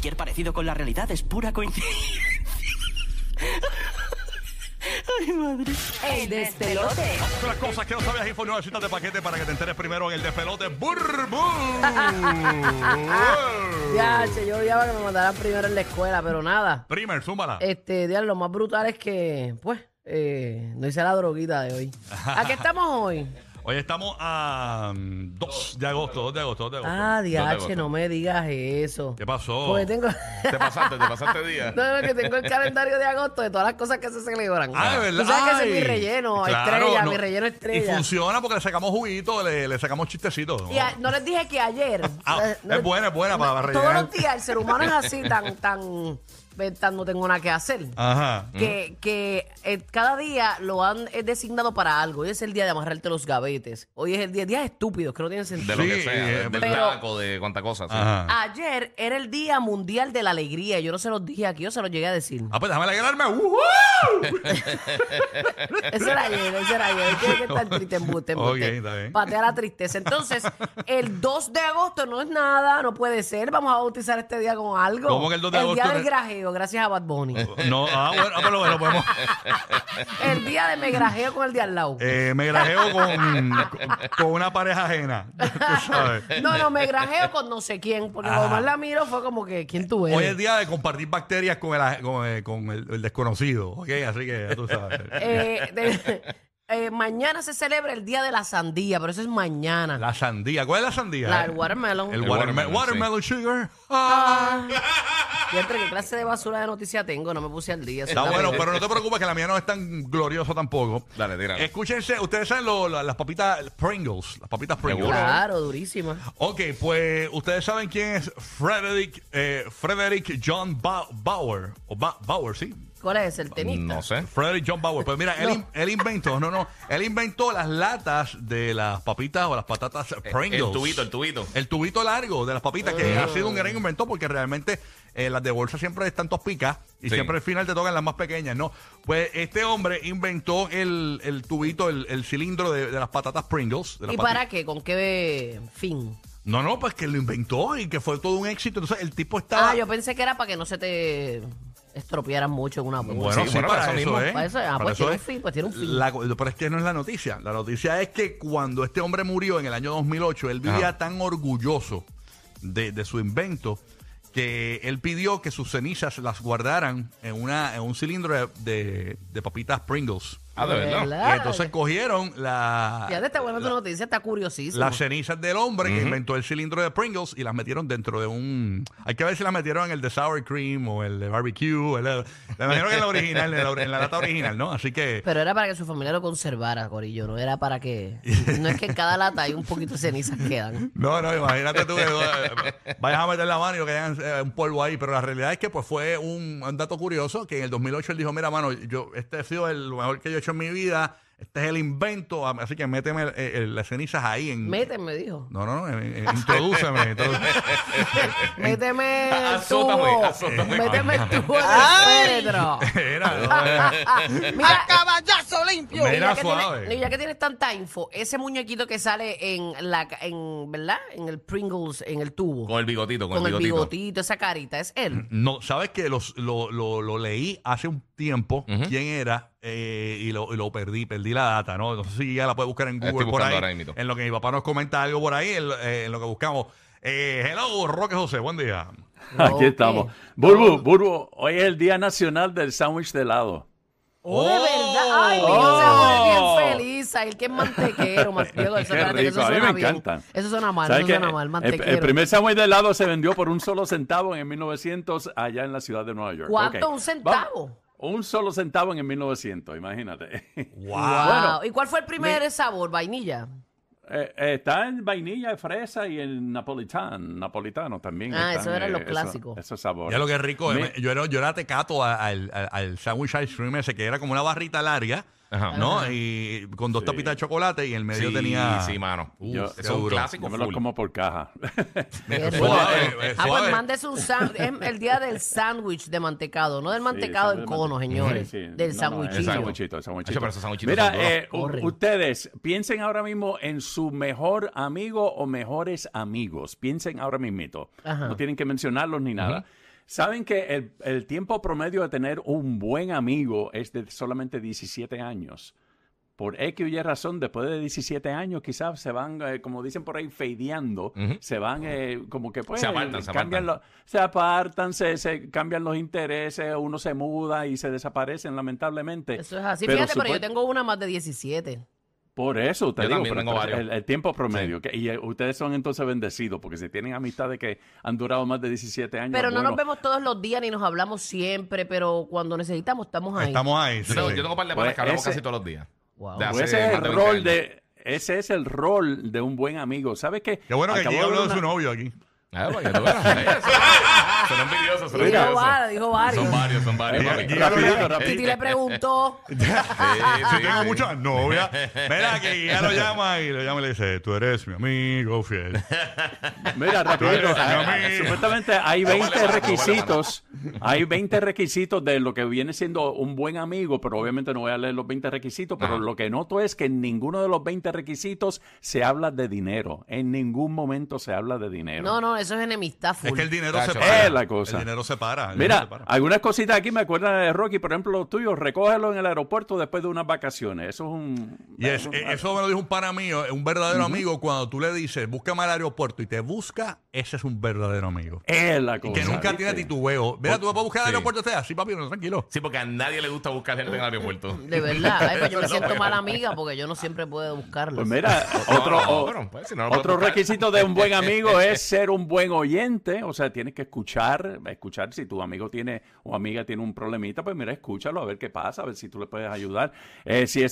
Cualquier parecido con la realidad es pura coincidencia. Ay, madre. ¡Ey, despelote! Otras cosas que no sabías, info nuevecitas de paquete para que te enteres primero en el despelote. ¡Burbu! Ya, yo odiaba que me mandaran primero en la escuela, pero nada. Primer, súmala. Dios, lo más brutal es que, pues, no hice la droguita de hoy. ¿A qué estamos hoy? Hoy estamos a 2 de agosto, 2 de agosto, 2 de agosto. Ah, 2 de diache, agosto. no me digas eso. ¿Qué pasó? Porque tengo... Te pasaste día. No, que tengo el calendario de agosto de todas las cosas que se celebran. Ah, de verdad. Tú sabes que ese es Ay, mi relleno, claro, estrella, no. mi relleno estrella. Y funciona porque le sacamos juguito, le sacamos chistecitos. Y no les dije que ayer... Es buena para rellenar. Todos los días el ser humano es así, tan no tengo nada que hacer. Ajá. Que cada día lo han designado para algo. Hoy es el día de amarrarte los gavetes. Hoy es el día estúpidos que no tienen sentido. De lo que Sí, sea, del pero- taco, de cuánta cosa. Sí. Ajá. Ayer era el Día Mundial de la Alegría. Yo no se los dije aquí, yo se los llegué a decir. Ah, pues déjame alegrarme. Ese era ayer. Tiene que estar triste, embuste. Ok, está bien. Patea la tristeza. Entonces, el 2 de agosto no es nada, no puede ser. Vamos a bautizar este día con algo. ¿Cómo que el 2 de agosto El día no del es? grajeo, gracias a Bad Bunny. No, bueno, pero bueno, podemos. El día de me grajeo con el de al lado. Me grajeo con una pareja ajena. Tú sabes. No, me grajeo con no sé quién, porque cuando más la miro fue como que, ¿quién tú eres? Hoy es día de compartir bacterias con el desconocido, ¿ok? Así que ya tú sabes. Mañana se celebra el Día de la Sandía, pero eso es mañana. La sandía. ¿Cuál es la sandía? El watermelon. El watermelon, watermelon sugar. Y entre qué clase de basura de noticia tengo, no me puse al día. Está bueno, pero no te preocupes que la mía no es tan gloriosa tampoco. Dale, tíralo. Escúchense, ustedes saben las papitas Pringles. Las papitas Pringles. Seguro. Claro, durísima. Ok, pues ustedes saben quién es Frederick John Bauer. Bauer, sí. ¿Cuál es el tenista? No sé. Frederick John Bauer. Pues mira, él inventó las latas de las papitas o las patatas Pringles. El tubito. El tubito largo de las papitas, que ha sido un gran invento porque realmente las de bolsa siempre están picas y Sí. siempre al final te tocan las más pequeñas, ¿no? Pues este hombre inventó el tubito, el cilindro de las patatas Pringles. De las ¿Y para qué? ¿Con qué fin? No, pues que lo inventó y que fue todo un éxito. Entonces el tipo estaba... Yo pensé que era para que no se te estropearan mucho en una Bueno, Sí, sí, bueno, para eso eso mismo. es. Para eso, Para pues eso tiene es. un fin, pues tiene un fin. Pero es que no es la noticia. La noticia es que cuando este hombre murió en el año 2008, él vivía Ajá. tan orgulloso de su invento que él pidió que sus cenizas las guardaran en un cilindro de papitas Pringles. Ah, de verdad. Y entonces cogieron Fíjate, está buena tu noticia, está curiosísimo. las cenizas del hombre que inventó el cilindro de Pringles y las metieron dentro de un... Hay que ver si las metieron en el de sour cream o el de barbecue. La metieron en la original, en la lata original, ¿no? Así que... Pero era para que su familia lo conservara, Corillo, no era para que... No es que en cada lata hay un poquito de cenizas quedan. No, imagínate tú que vayas a meter la mano y que hayan un polvo ahí. Pero la realidad es que pues fue un dato curioso que en el 2008 él dijo, mira, mano, este ha sido lo mejor que yo he hecho en mi vida. Este es el invento, así que méteme las cenizas ahí en... Méteme, dijo. No, introdúceme. Méteme el Azótame, tubo. azótame. Méteme el tubo en el féretro. Mira, ¡Caballazo limpio! Mira, ya suave. que ya que tienes tanta info, ese muñequito que sale ¿verdad? En el Pringles, en el tubo. Con el bigotito, Con el bigotito, esa carita, ¿es él? No, sabes que lo leí hace un tiempo quién era y lo perdí la data, ¿no? No sé si ya la puedes buscar en Google Estoy por buscando ahí. ahora mismo. En lo que mi papá nos comenta algo por ahí, en lo que buscamos. Hello, Roque José, buen día. Aquí Ok. estamos. Burbu, hoy es el Día Nacional del Sándwich de helado. ¡Oh, de verdad! ¡Ay, mi hijo se pone bien feliz! Ahí el que es mantequero, Diego, eso, Qué espérate, que eso rico, a mí suena me bien. encantan. Eso suena mal, ¿Sabes eso qué? suena mal, mantequero. El primer sándwich de helado se vendió por $1 en 1900 allá en la ciudad de Nueva York. ¿Cuánto? Ok. ¿Un centavo? Un $1 en 1900, imagínate. Wow. Wow. ¿Y cuál fue el primer sabor? ¿Vainilla? Está en vainilla, fresa y en napolitano también. Ah, están, esos eran los clásicos. Esos sabores. Ya lo que es rico, Mi- yo era tecato al sandwich ice cream ese, que era como una barrita larga, Ajá. ¿no? Y con dos tapitas de chocolate y en el medio Sí, tenía... sí, mano. Yo- Eso es un duro. clásico Yo me lo full. como por caja. Qué rico. Suave, Pues suave. mándese un sándwich. Es el día del sándwich de mantecado, no del mantecado en cono, señores. Sí, sí. Del No, sándwichillo. el sándwichito. Pero esos sándwichitos Mira, son duros. Corren. ustedes piensen ahora mismo en su mejor amigo o mejores amigos. Piensen ahora mismito. Ajá. No tienen que mencionarlos ni nada. ¿Saben que el tiempo promedio de tener un buen amigo es de solamente 17 años? Por X o Y razón, después de 17 años quizás se van, como dicen por ahí, fadeando. Se van como que pues... Se apartan. Se apartan, se cambian los intereses, uno se muda y se desaparecen, lamentablemente. Eso es así. Fíjate, pero yo tengo una más de 17. Por eso te Yo digo, también tengo varios. el tiempo promedio. Y ustedes son entonces bendecidos, porque si tienen amistades que han durado más de 17 años. Pero no nos vemos todos los días ni nos hablamos siempre, pero cuando necesitamos estamos ahí. Estamos ahí. Sí, Yo sí. tengo un par de Pues panas que hablamos ese- casi todos los días. Wow. De Pues hace ese es más de el 20 rol años. ese es el rol de un buen amigo. ¿Sabes qué? Qué bueno que Acabo aquí de habló ver de su una- novio aquí. Pues, ya tú ves. Son envidiosos, son Dijo envidiosos. varios. Son varios. Mira, papi. Rapidito. Titi le preguntó. Yo tengo muchas novias. Mira, que ya lo llama y le dice, tú eres mi amigo fiel. Mira, rapidito. Tú eres mi amigo. Supuestamente hay No vale 20 mano, requisitos. Hay 20 requisitos de lo que viene siendo un buen amigo, pero obviamente no voy a leer los 20 requisitos, pero lo que noto es que en ninguno de los 20 requisitos se habla de dinero. En ningún momento se habla de dinero. No, eso es enemistad full. Es que el dinero Tacho, separa. es la cosa. El dinero separa. Mira, algunas cositas aquí me acuerdan de Rocky, por ejemplo, los tuyos, recógelo en el aeropuerto después de unas vacaciones. Eso es un... Y eso me lo dijo un pana mío, un verdadero amigo, cuando tú le dices, búscame al aeropuerto y te busca, ese es un verdadero amigo. Es la Y cosa. que nunca tiene ¿viste? titubeo. Mira, tú me puedes buscar al Sí. aeropuerto, sí, papi, no, tranquilo. Sí, porque a nadie le gusta buscar gente en el aeropuerto. De verdad. Ay, pues yo me siento mala amiga porque yo no siempre puedo buscarlos. Pues mira, Pues, si no lo puedes otro buscar. requisito de un buen amigo es ser un buen oyente. O sea, tienes que escuchar si tu amigo tiene o amiga tiene un problemita, pues mira, escúchalo a ver qué pasa, a ver si tú le puedes ayudar. Si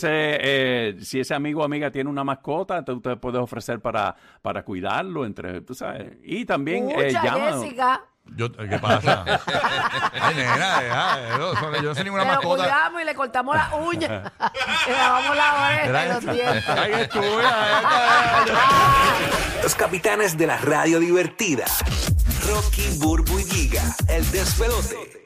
ese amigo o amiga tiene una mascota, entonces tú te puedes ofrecer para cuidarlo, tú sabes. Y también Mucha llama. Jessica. ¿Qué pasa? Ay, nena, yo no soy ninguna Le lo mascota. cuidamos y le cortamos las uñas. Le lavamos la oreja y los dientes. Ay, es tuya. Los capitanes de la radio divertida. Rocky, Burbu y Giga, el despelote.